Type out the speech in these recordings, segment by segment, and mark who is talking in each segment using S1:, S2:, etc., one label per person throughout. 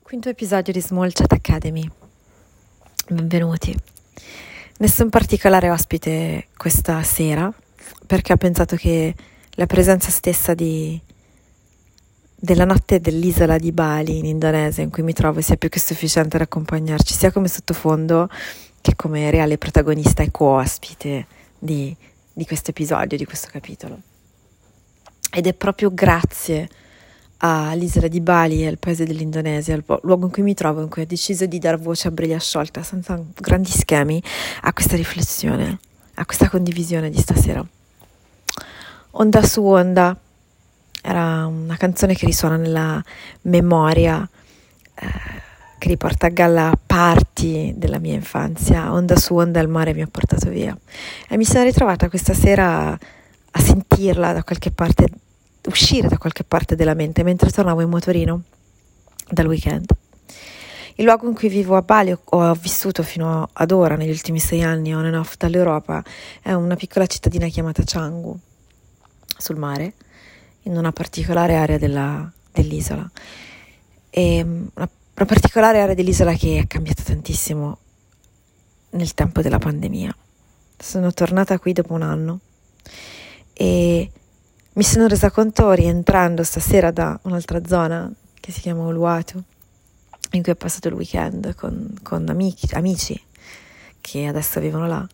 S1: Quinto episodio di Small Chat Academy. Benvenuti. Nessun particolare ospite questa sera, perché ho pensato che la presenza stessa della notte dell'isola di Bali in Indonesia in cui mi trovo sia più che sufficiente ad accompagnarci, sia come sottofondo che come reale protagonista e co-ospite di questo episodio, di questo capitolo. Ed è proprio grazie all'isola di Bali e al paese dell'Indonesia, il luogo in cui mi trovo, in cui ho deciso di dar voce a briglia sciolta, senza grandi schemi, a questa riflessione, a questa condivisione di stasera. Onda su onda era una canzone che risuona nella memoria, che riporta a galla parti della mia infanzia. Onda su onda il mare mi ha portato via e mi sono ritrovata questa sera a sentirla da qualche parte, uscire da qualche parte della mente mentre tornavo in motorino dal weekend. Il luogo in cui vivo a Bali ho vissuto fino ad ora, negli ultimi 6 anni on and off dall'Europa, è una piccola cittadina chiamata Canggu, sul mare, in una particolare area dell'isola. E una particolare area dell'isola che è cambiata tantissimo nel tempo della pandemia. Sono tornata qui dopo un anno e mi sono resa conto rientrando stasera da un'altra zona che si chiama Uluwatu, in cui ho passato il weekend con amici che adesso vivono là,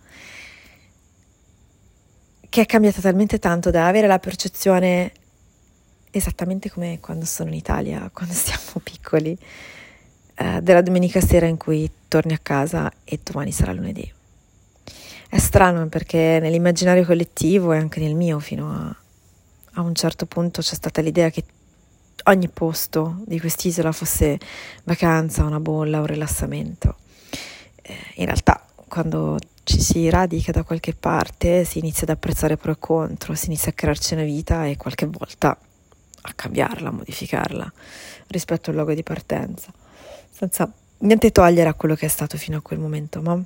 S1: che è cambiata talmente tanto da avere la percezione esattamente come quando sono in Italia, quando siamo piccoli, della domenica sera in cui torni a casa e domani sarà lunedì. È strano perché nell'immaginario collettivo e anche nel mio fino a un certo punto c'è stata l'idea che ogni posto di quest'isola fosse vacanza, una bolla, un rilassamento. In realtà, quando ci si radica da qualche parte, si inizia ad apprezzare pro e contro, si inizia a crearci una vita e qualche volta a cambiarla, a modificarla rispetto al luogo di partenza, senza niente togliere a quello che è stato fino a quel momento, ma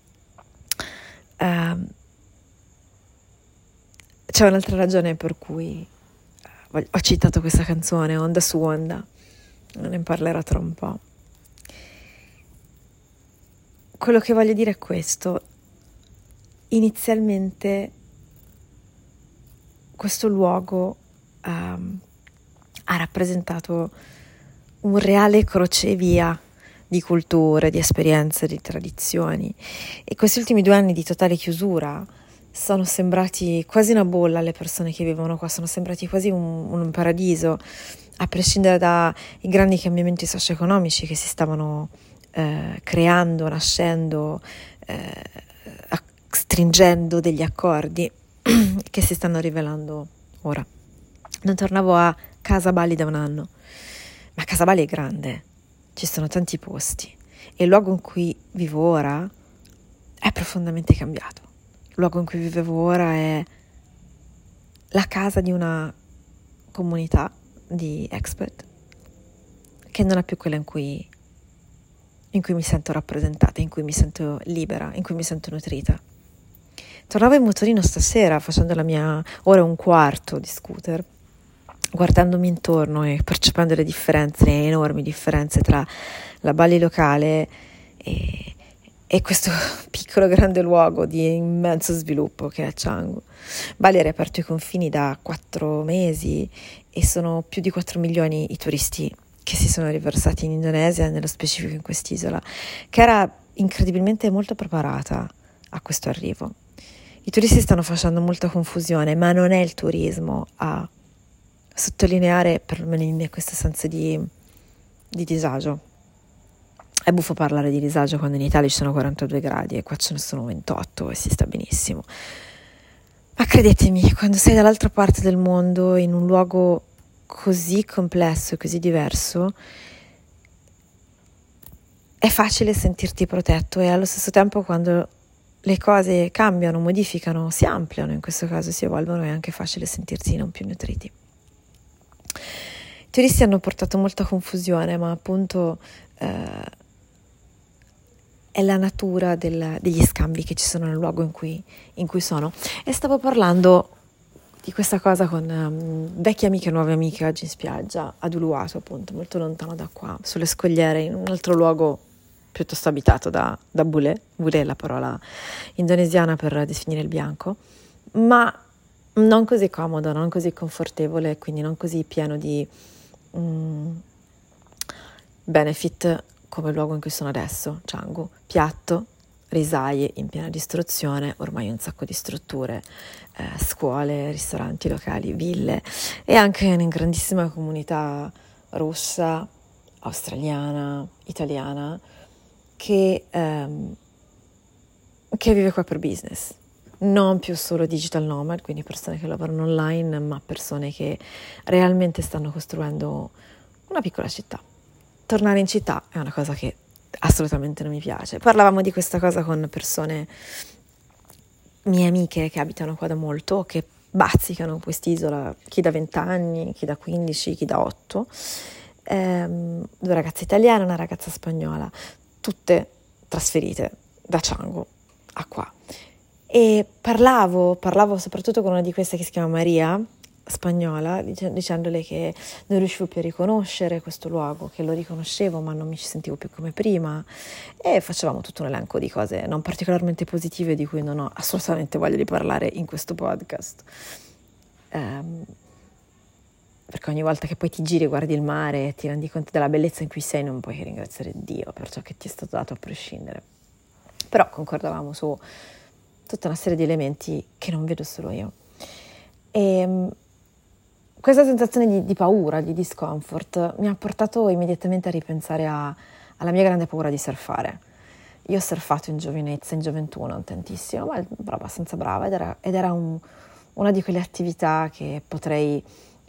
S1: c'è un'altra ragione per cui ho citato questa canzone, Onda su onda, ne parlerò tra un po'. Quello che voglio dire è questo: inizialmente questo luogo ha rappresentato un reale crocevia di culture, di esperienze, di tradizioni, e questi ultimi 2 anni di totale chiusura sono sembrati quasi una bolla alle persone che vivono qua, sono sembrati quasi un paradiso, a prescindere dai grandi cambiamenti socio-economici che si stavano creando, nascendo, stringendo degli accordi che si stanno rivelando ora. Non tornavo a Casa Bali da un anno, ma Casa Bali è grande, ci sono tanti posti e il luogo in cui vivo ora è profondamente cambiato. Il luogo in cui vivevo ora è la casa di una comunità di expat che non è più quella in cui mi sento rappresentata, in cui mi sento libera, in cui mi sento nutrita. Tornavo in motorino stasera facendo la mia ora e un quarto di scooter, guardandomi intorno e percependo le differenze, le enormi differenze tra la Bali locale e questo piccolo grande luogo di immenso sviluppo che è Canggu. Bali ha riaperto i confini da 4 mesi e sono più di 4 milioni i turisti che si sono riversati in Indonesia, nello specifico in quest'isola, che era incredibilmente molto preparata a questo arrivo. I turisti stanno facendo molta confusione, ma non è il turismo a sottolineare, perlomeno in me, questo senso di disagio. È buffo parlare di disagio quando in Italia ci sono 42 gradi e qua ce ne sono 28 e si sta benissimo. Ma credetemi, quando sei dall'altra parte del mondo, in un luogo così complesso e così diverso, è facile sentirti protetto e allo stesso tempo quando le cose cambiano, modificano, si ampliano, in questo caso si evolvono, è anche facile sentirsi non più nutriti. I turisti hanno portato molta confusione, ma appunto è la natura degli scambi che ci sono nel luogo in cui sono. E stavo parlando di questa cosa con vecchie amiche e nuove amiche oggi in spiaggia, ad Uluwatu appunto, molto lontano da qua, sulle scogliere, in un altro luogo piuttosto abitato da bule. Bule è la parola indonesiana per definire il bianco, ma non così comodo, non così confortevole, quindi non così pieno di benefit come il luogo in cui sono adesso, Canggu, piatto, risaie in piena distruzione, ormai un sacco di strutture, scuole, ristoranti, locali, ville e anche una grandissima comunità russa, australiana, italiana che vive qua per business. Non più solo digital nomad, quindi persone che lavorano online, ma persone che realmente stanno costruendo una piccola città. Tornare in città è una cosa che assolutamente non mi piace. Parlavamo di questa cosa con persone, mie amiche che abitano qua da molto, che bazzicano quest'isola, chi da 20 anni, chi da 15, chi da 8, 2 ragazze italiane e una ragazza spagnola, tutte trasferite da Canggu a qua. E parlavo soprattutto con una di queste che si chiama Maria, spagnola, dicendole che non riuscivo più a riconoscere questo luogo, che lo riconoscevo ma non mi ci sentivo più come prima, e facevamo tutto un elenco di cose non particolarmente positive di cui non ho assolutamente voglia di parlare in questo podcast, perché ogni volta che poi ti giri e guardi il mare e ti rendi conto della bellezza in cui sei, non puoi che ringraziare Dio per ciò che ti è stato dato a prescindere. Però concordavamo su tutta una serie di elementi che non vedo solo io. E questa sensazione di paura, di discomfort, mi ha portato immediatamente a ripensare alla mia grande paura di surfare. Io ho surfato in giovinezza, in gioventù, non tantissimo, ma ero abbastanza brava ed era una di quelle attività che potrei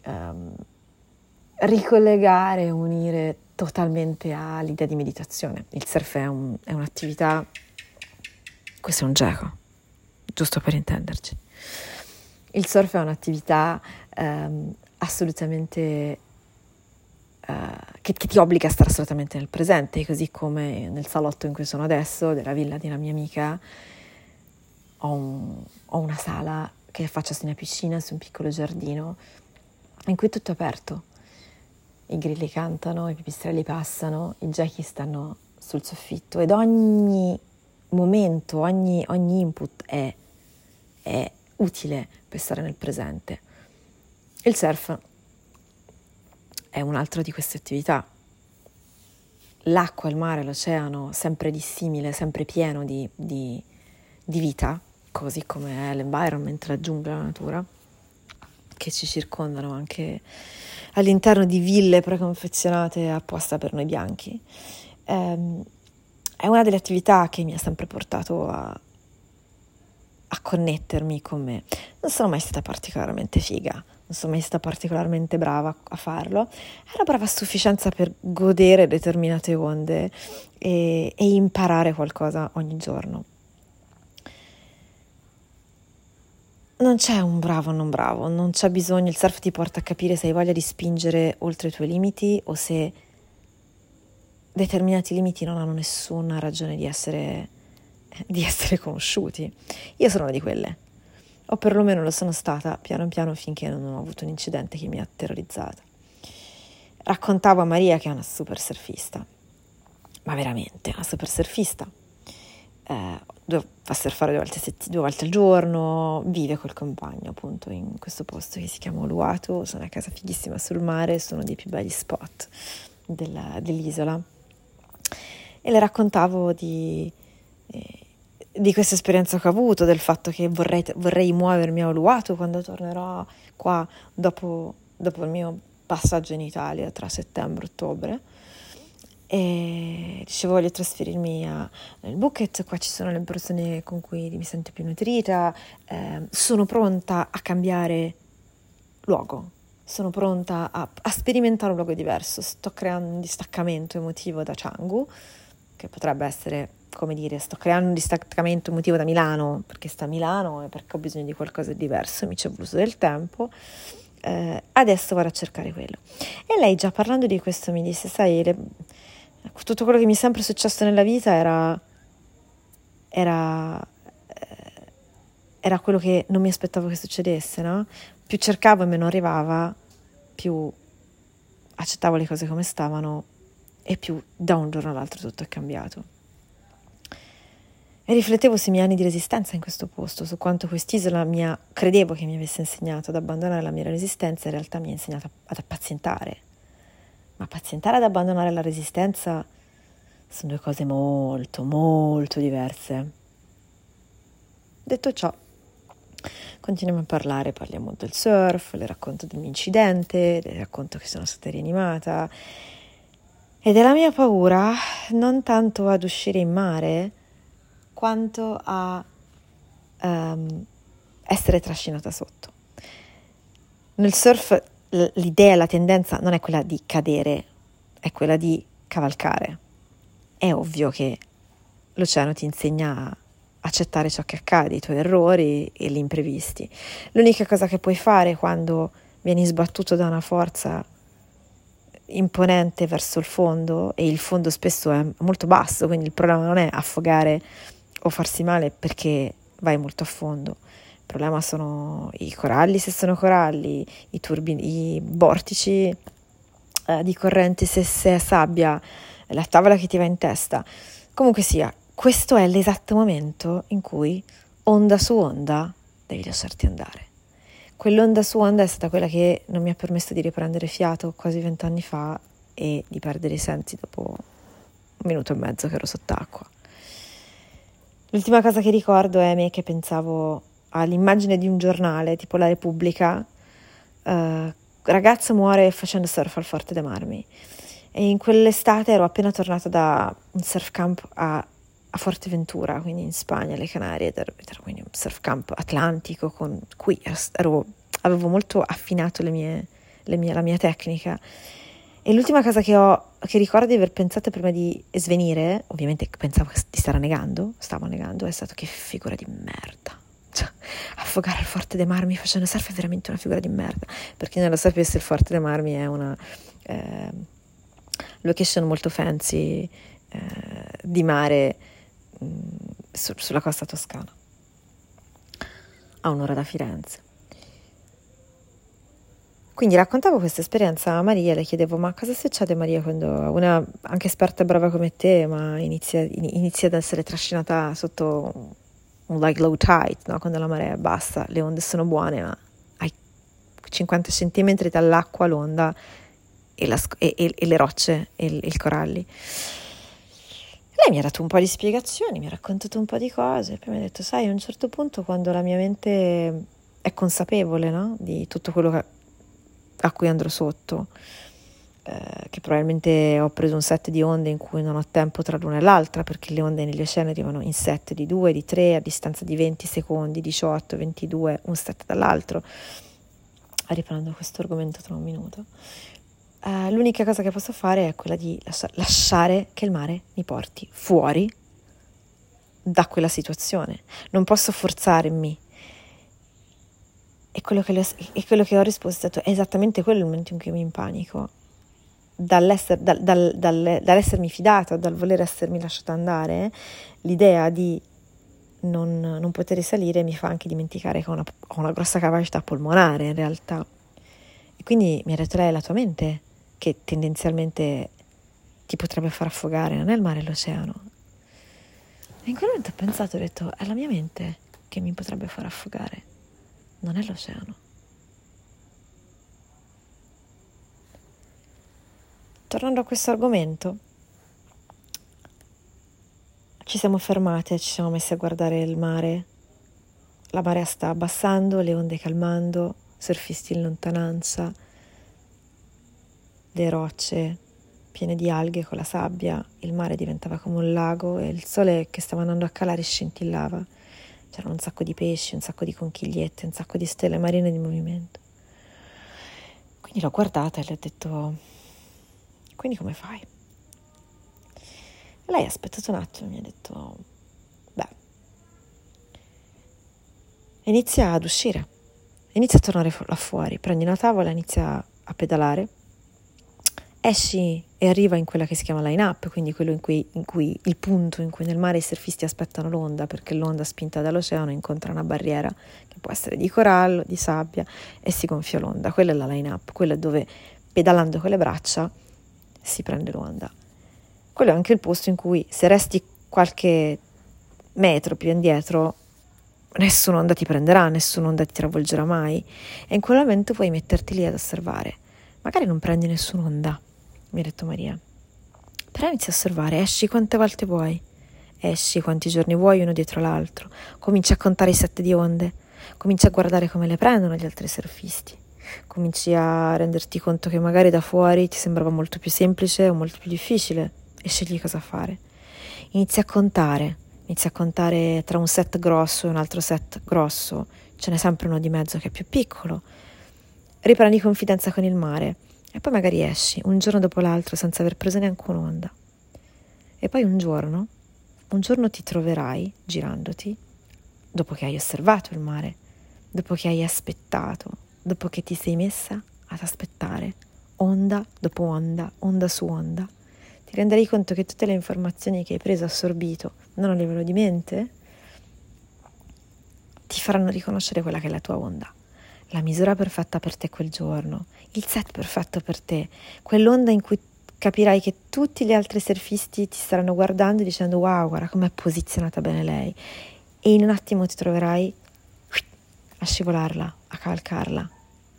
S1: ricollegare e unire totalmente all'idea di meditazione. Il surf è un'attività, questo è un geco, giusto per intenderci. Il surf è un'attività assolutamente che ti obbliga a stare assolutamente nel presente, così come nel salotto in cui sono adesso, della villa di una mia amica, ho una sala che affaccia su una piscina, su un piccolo giardino, in cui tutto è aperto. I grilli cantano, i pipistrelli passano, i gechi stanno sul soffitto ed ogni momento, ogni input è utile per stare nel presente. Il surf è un altro di queste attività. L'acqua, il mare, l'oceano, sempre dissimile, sempre pieno di vita, così come è l'environment, la giungla, la natura, che ci circondano anche all'interno di ville preconfezionate apposta per noi bianchi. È una delle attività che mi ha sempre portato a connettermi con me. Non sono mai stata particolarmente figa, non sono mai stata particolarmente brava a farlo, ero brava a sufficienza per godere determinate onde e imparare qualcosa ogni giorno. Non c'è un bravo o non bravo, non c'è bisogno, il surf ti porta a capire se hai voglia di spingere oltre i tuoi limiti o se determinati limiti non hanno nessuna ragione di essere conosciuti. Io sono una di quelle, o perlomeno lo sono stata piano piano finché non ho avuto un incidente che mi ha terrorizzata. Raccontavo a Maria che è una super surfista, ma veramente una super surfista. Fa surfare 2 volte al giorno, vive col compagno appunto in questo posto che si chiama Uluwatu, sono a casa fighissima sul mare, sono dei più belli spot dell'isola, e le raccontavo di questa esperienza che ho avuto, del fatto che vorrei muovermi a Uluwatu quando tornerò qua dopo il mio passaggio in Italia tra settembre e ottobre. E dicevo, voglio trasferirmi nel Phuket, qua ci sono le persone con cui mi sento più nutrita, sono pronta a cambiare luogo, sono pronta a sperimentare un luogo diverso, sto creando un distaccamento emotivo da Canggu, che potrebbe essere, come dire, sto creando un distaccamento emotivo da Milano, perché sta a Milano e perché ho bisogno di qualcosa di diverso, mi ci è voluto del tempo, adesso vado a cercare quello. E lei, già parlando di questo, mi disse, sai, tutto quello che mi è sempre successo nella vita era quello che non mi aspettavo che succedesse, no? più cercavo e meno arrivava, più accettavo le cose come stavano e più da un giorno all'altro tutto è cambiato. E riflettevo sui miei anni di resistenza in questo posto, su quanto quest'isola credevo che mi avesse insegnato ad abbandonare la mia resistenza, in realtà mi ha insegnato ad appazientare. Ma pazientare ad abbandonare la resistenza sono due cose molto, molto diverse. Detto ciò, continuiamo a parlare, parliamo del surf, le racconto del mio incidente, le racconto che sono stata rianimata e della mia paura non tanto ad uscire in mare quanto a essere trascinata sotto. Nel surf l'idea, la tendenza non è quella di cadere, è quella di cavalcare. È ovvio che l'oceano ti insegna a accettare ciò che accade, i tuoi errori e gli imprevisti. L'unica cosa che puoi fare quando vieni sbattuto da una forza imponente verso il fondo, e il fondo spesso è molto basso, quindi il problema non è affogare o farsi male perché vai molto a fondo. Il problema sono i coralli, se sono coralli, i vortici di corrente, se è sabbia, la tavola che ti va in testa. Comunque sia, questo è l'esatto momento in cui onda su onda devi lasciarti andare. Quell'onda su onda è stata quella che non mi ha permesso di riprendere fiato quasi 20 anni fa e di perdere i sensi dopo 1 minuto e mezzo che ero sott'acqua. L'ultima cosa che ricordo è me che pensavo all'immagine di un giornale, tipo La Repubblica, ragazzo muore facendo surf al Forte dei Marmi. E in quell'estate ero appena tornata da un surf camp a Forteventura, quindi in Spagna, alle Canarie, ed era quindi un surf camp atlantico con cui avevo molto affinato la mia tecnica. E l'ultima cosa che ricordo di aver pensato prima di svenire, ovviamente pensavo di stavo negando, è stato: che figura di merda. Cioè, affogare al Forte dei Marmi facendo surf è veramente una figura di merda. Per chi non lo sapesse, il Forte dei Marmi è una location molto fancy di mare sulla costa toscana, a 1 ora da Firenze. Quindi raccontavo questa esperienza a Maria e le chiedevo: ma cosa succede, Maria, quando una anche esperta e brava come te ma inizia ad essere trascinata sotto un like low tide, no? Quando la marea è bassa, le onde sono buone, ma ai 50 centimetri dall'acqua l'onda e le rocce e il coralli. Lei mi ha dato un po' di spiegazioni, mi ha raccontato un po' di cose, poi mi ha detto: sai, a un certo punto, quando la mia mente è consapevole, no? Di tutto quello a cui andrò sotto, che probabilmente ho preso un set di onde in cui non ho tempo tra l'una e l'altra, perché le onde negli oceani arrivano in set di 2, di 3, a distanza di 20 secondi, 18, 22, un set dall'altro. Riprendo questo argomento tra un minuto. L'unica cosa che posso fare è quella di lasciare che il mare mi porti fuori da quella situazione. Non posso forzarmi. E quello che ho risposto è stato esattamente quello il momento in cui mi impanico. Dall'essermi fidata, dal voler essermi lasciata andare, l'idea di non poter risalire mi fa anche dimenticare che ho una grossa capacità polmonare in realtà. E quindi mi ha detto: lei, la tua mente che tendenzialmente ti potrebbe far affogare, non è il mare e l'oceano. E in quel momento ho pensato, ho detto: è la mia mente che mi potrebbe far affogare, non è l'oceano. Tornando a questo argomento, ci siamo fermate, ci siamo messi a guardare il mare. La marea sta abbassando, le onde calmando, surfisti in lontananza, le rocce piene di alghe con la sabbia, il mare diventava come un lago e il sole che stava andando a calare scintillava. C'erano un sacco di pesci, un sacco di conchigliette, un sacco di stelle marine di movimento. Quindi l'ho guardata e le ho detto: quindi come fai? E lei ha aspettato un attimo e mi ha detto: beh, inizia ad uscire, inizia a tornare là fuori, prendi una tavola, inizia a pedalare esci e arriva in quella che si chiama line-up, quindi quello in cui il punto in cui nel mare i surfisti aspettano l'onda, perché l'onda spinta dall'oceano incontra una barriera che può essere di corallo, di sabbia, e si gonfia l'onda. Quella è la line-up, quella è dove pedalando con le braccia si prende l'onda. Quello è anche il posto in cui, se resti qualche metro più indietro, nessun'onda ti prenderà, nessun'onda ti travolgerà mai, e in quel momento puoi metterti lì ad osservare. Magari non prendi nessun'onda, mi ha detto Maria, però inizi a osservare, esci quante volte vuoi, esci quanti giorni vuoi uno dietro l'altro, cominci a contare i set di onde, cominci a guardare come le prendono gli altri surfisti, cominci a renderti conto che magari da fuori ti sembrava molto più semplice o molto più difficile, e scegli cosa fare. Inizi a contare tra un set grosso e un altro set grosso, ce n'è sempre uno di mezzo che è più piccolo, riprendi confidenza con il mare e poi magari esci un giorno dopo l'altro senza aver preso neanche un'onda. E poi un giorno ti troverai girandoti, dopo che hai osservato il mare, dopo che hai aspettato, dopo che ti sei messa ad aspettare, onda dopo onda, onda su onda, ti renderai conto che tutte le informazioni che hai preso, assorbito, non a livello di mente, ti faranno riconoscere quella che è la tua onda. La misura perfetta per te quel giorno, il set perfetto per te, quell'onda in cui capirai che tutti gli altri surfisti ti staranno guardando e dicendo wow, guarda com'è posizionata bene lei, e in un attimo ti troverai a scivolarla, a cavalcarla.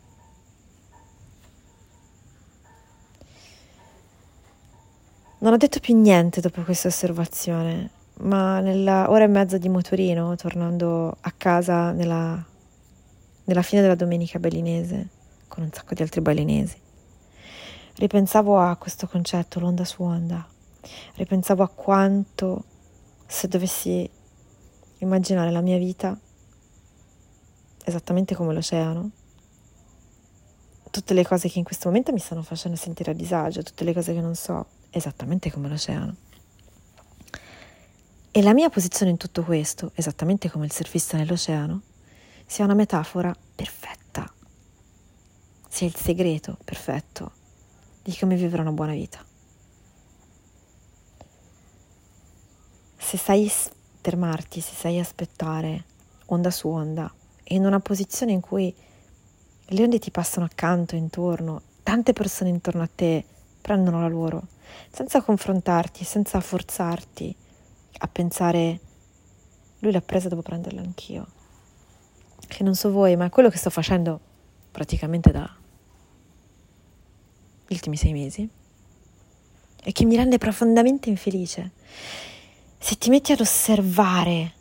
S1: Non ho detto più niente dopo questa osservazione, ma nella ora e mezza di motorino, tornando a casa nella fine della domenica balinese, con un sacco di altri balinesi, ripensavo a questo concetto, l'onda su onda. Ripensavo a quanto, se dovessi immaginare la mia vita esattamente come l'oceano, tutte le cose che in questo momento mi stanno facendo sentire a disagio, tutte le cose che non so, esattamente come l'oceano. E la mia posizione in tutto questo, esattamente come il surfista nell'oceano, sia una metafora perfetta, sia il segreto perfetto di come vivere una buona vita. Se sai fermarti, se sai aspettare onda su onda, e in una posizione in cui le onde ti passano accanto, intorno, tante persone intorno a te prendono la loro, senza confrontarti, senza forzarti a pensare lui l'ha presa, devo prenderla anch'io. Che non so voi, ma è quello che sto facendo praticamente da gli ultimi 6 mesi e che mi rende profondamente infelice. Se ti metti ad osservare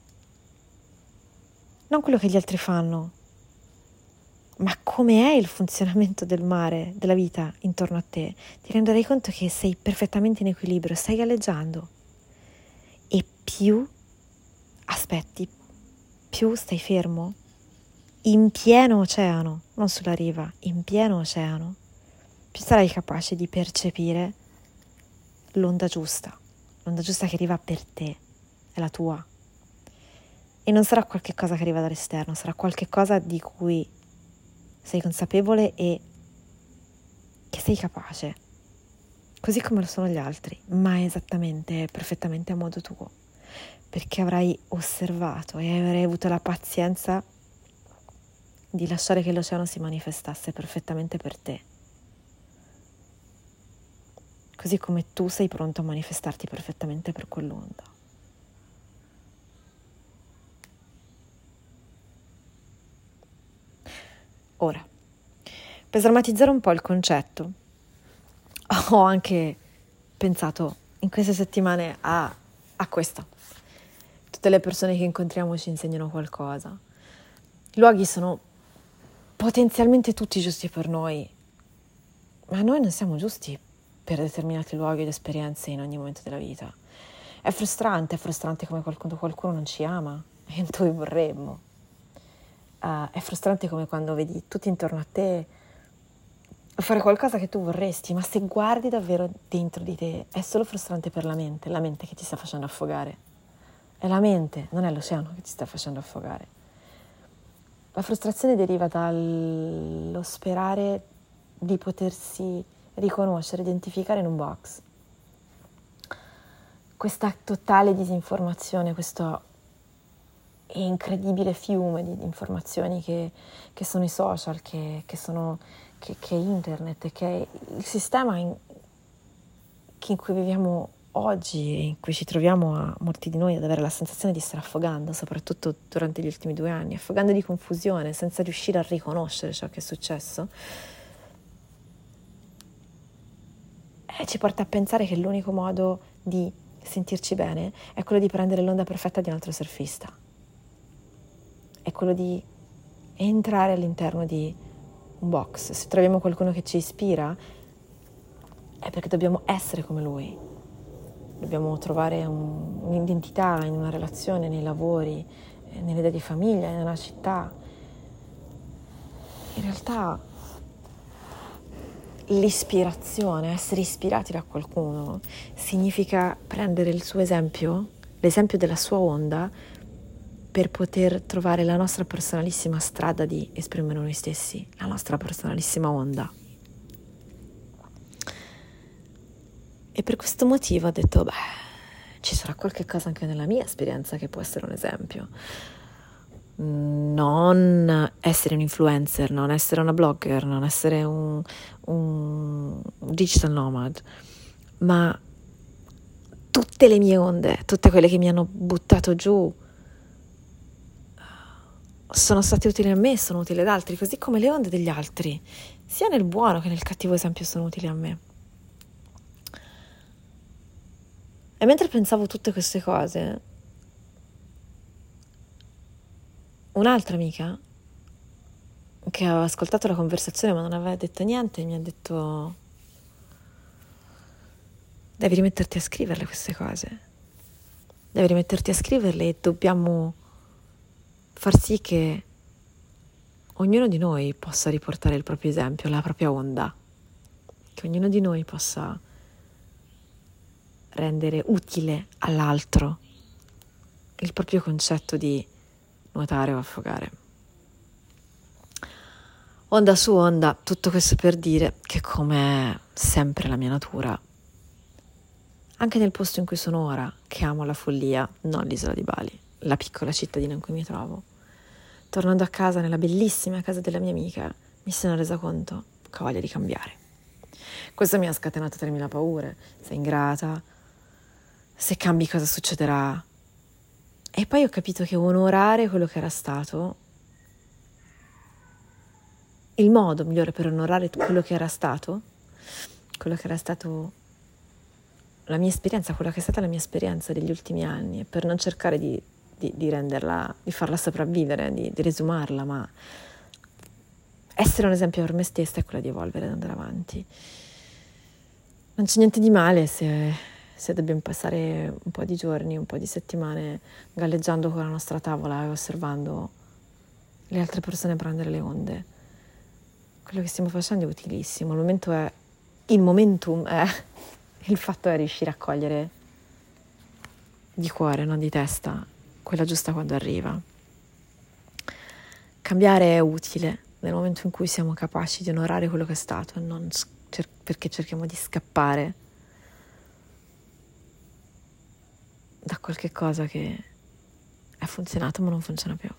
S1: non quello che gli altri fanno, ma come è il funzionamento del mare, della vita intorno a te, ti renderai conto che sei perfettamente in equilibrio, stai galleggiando. E più aspetti, più stai fermo, in pieno oceano, non sulla riva, in pieno oceano, più sarai capace di percepire l'onda giusta che arriva per te, è la tua. E non sarà qualche cosa che arriva dall'esterno, sarà qualche cosa di cui sei consapevole e che sei capace, così come lo sono gli altri, ma esattamente, perfettamente a modo tuo, perché avrai osservato e avrai avuto la pazienza di lasciare che l'oceano si manifestasse perfettamente per te, così come tu sei pronto a manifestarti perfettamente per quell'onda. Ora, per sdrammatizzare un po' il concetto, ho anche pensato in queste settimane a questo. Tutte le persone che incontriamo ci insegnano qualcosa. I luoghi sono potenzialmente tutti giusti per noi, ma noi non siamo giusti per determinati luoghi ed esperienze in ogni momento della vita. È frustrante come qualcuno non ci ama e noi vorremmo. È frustrante come quando vedi tutti intorno a te fare qualcosa che tu vorresti, ma se guardi davvero dentro di te è solo frustrante per la mente che ti sta facendo affogare. È la mente, non è l'oceano che ti sta facendo affogare. La frustrazione deriva dallo sperare di potersi riconoscere, identificare in un box. Questa totale disinformazione, questo incredibile fiume di informazioni che sono i social, che è internet, che è il sistema in cui viviamo oggi e in cui ci troviamo molti di noi ad avere la sensazione di stare affogando, soprattutto durante gli ultimi 2 anni, affogando di confusione, senza riuscire a riconoscere ciò che è successo, ci porta a pensare che l'unico modo di sentirci bene è quello di prendere l'onda perfetta di un altro surfista, è quello di entrare all'interno di un box. Se troviamo qualcuno che ci ispira è perché dobbiamo essere come lui, dobbiamo trovare un'identità in una relazione, nei lavori, nell'idea di famiglia, nella città. In realtà l'ispirazione, essere ispirati da qualcuno, significa prendere il suo esempio, l'esempio della sua onda, per poter trovare la nostra personalissima strada di esprimere noi stessi, la nostra personalissima onda. E per questo motivo ho detto, ci sarà qualche cosa anche nella mia esperienza che può essere un esempio. Non essere un influencer, non essere una blogger, non essere un digital nomad, ma tutte le mie onde, tutte quelle che mi hanno buttato giù, sono state utili a me, sono utili ad altri, così come le onde degli altri, sia nel buono che nel cattivo esempio, sono utili a me. E mentre pensavo tutte queste cose, un'altra amica che aveva ascoltato la conversazione ma non aveva detto niente mi ha detto: devi rimetterti a scriverle queste cose, devi rimetterti a scriverle, e dobbiamo far sì che ognuno di noi possa riportare il proprio esempio, la propria onda, che ognuno di noi possa rendere utile all'altro il proprio concetto di nuotare o affogare. Onda su onda, tutto questo per dire che, come sempre la mia natura, anche nel posto in cui sono ora, che amo la follia, non l'isola di Bali, la piccola cittadina in cui mi trovo, tornando a casa, nella bellissima casa della mia amica, mi sono resa conto che ho voglia di cambiare. Questo mi ha scatenato 3000 paure. Sei ingrata? Se cambi cosa succederà? E poi ho capito che onorare quello che era stato, il modo migliore per onorare quello che era stato la mia esperienza, quella che è stata la mia esperienza degli ultimi anni, e per non cercare di renderla, di farla sopravvivere, di riesumarla, ma essere un esempio per me stessa è quella di evolvere ed andare avanti. Non c'è niente di male se dobbiamo passare un po' di giorni, un po' di settimane galleggiando con la nostra tavola e osservando le altre persone prendere le onde. Quello che stiamo facendo è utilissimo. Il momentum è il fatto è riuscire a cogliere di cuore, non di testa, quella giusta quando arriva. Cambiare è utile nel momento in cui siamo capaci di onorare quello che è stato, e non perché cerchiamo di scappare da qualche cosa che è funzionato ma non funziona più.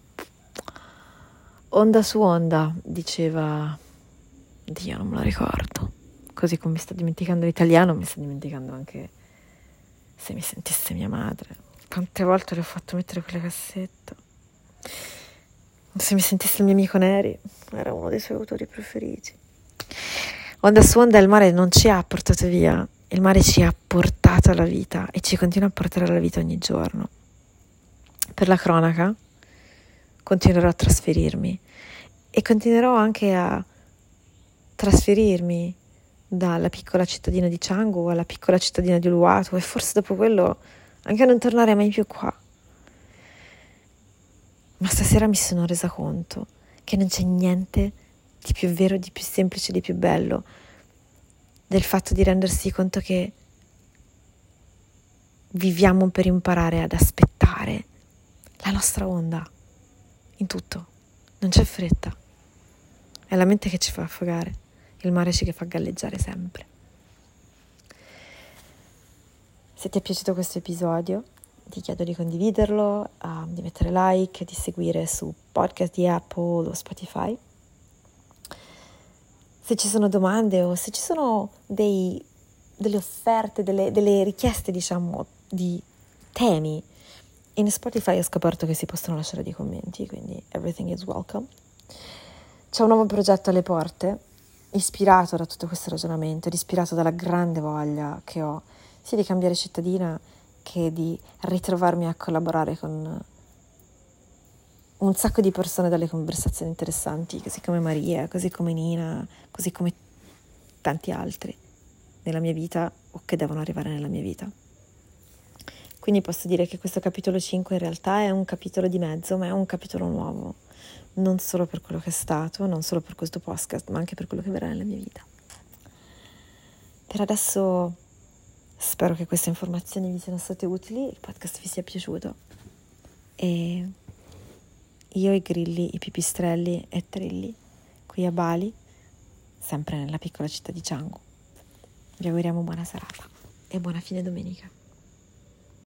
S1: Onda su onda, diceva Dio, non me lo ricordo. Così come mi sto dimenticando l'italiano, mi sto dimenticando anche Se mi sentisse mia madre. Quante volte le ho fatto mettere quelle cassette. Se mi sentisse il mio amico Neri, era uno dei suoi autori preferiti. Onda su onda, il mare non ci ha portato via, il mare ci ha portato alla vita e ci continua a portare alla vita ogni giorno. Per la cronaca continuerò a trasferirmi, e continuerò anche a trasferirmi dalla piccola cittadina di Canggu alla piccola cittadina di Uluwatu, e forse dopo quello anche a non tornare mai più qua. Ma stasera mi sono resa conto che non c'è niente di più vero, di più semplice, di più bello del fatto di rendersi conto che viviamo per imparare ad aspettare la nostra onda in tutto. Non c'è fretta, è la mente che ci fa affogare, il mare ci fa galleggiare sempre. Se ti è piaciuto questo episodio, ti chiedo di condividerlo, di mettere like, di seguire su podcast di Apple o Spotify. Se ci sono domande o se ci sono delle offerte, delle richieste, diciamo, di temi, in Spotify ho scoperto che si possono lasciare dei commenti, quindi everything is welcome. C'è un nuovo progetto alle porte, ispirato da tutto questo ragionamento, ispirato dalla grande voglia che ho sia di cambiare cittadina che di ritrovarmi a collaborare con un sacco di persone dalle conversazioni interessanti, così come Maria, così come Nina, così come tanti altri nella mia vita o che devono arrivare nella mia vita. Quindi posso dire che questo capitolo 5 in realtà è un capitolo di mezzo, ma è un capitolo nuovo, non solo per quello che è stato, non solo per questo podcast, ma anche per quello che verrà nella mia vita. Per adesso spero che queste informazioni vi siano state utili, il podcast vi sia piaciuto e io, i grilli, i pipistrelli e trilli qui a Bali, sempre nella piccola città di Canggu, vi auguriamo buona serata e buona fine domenica.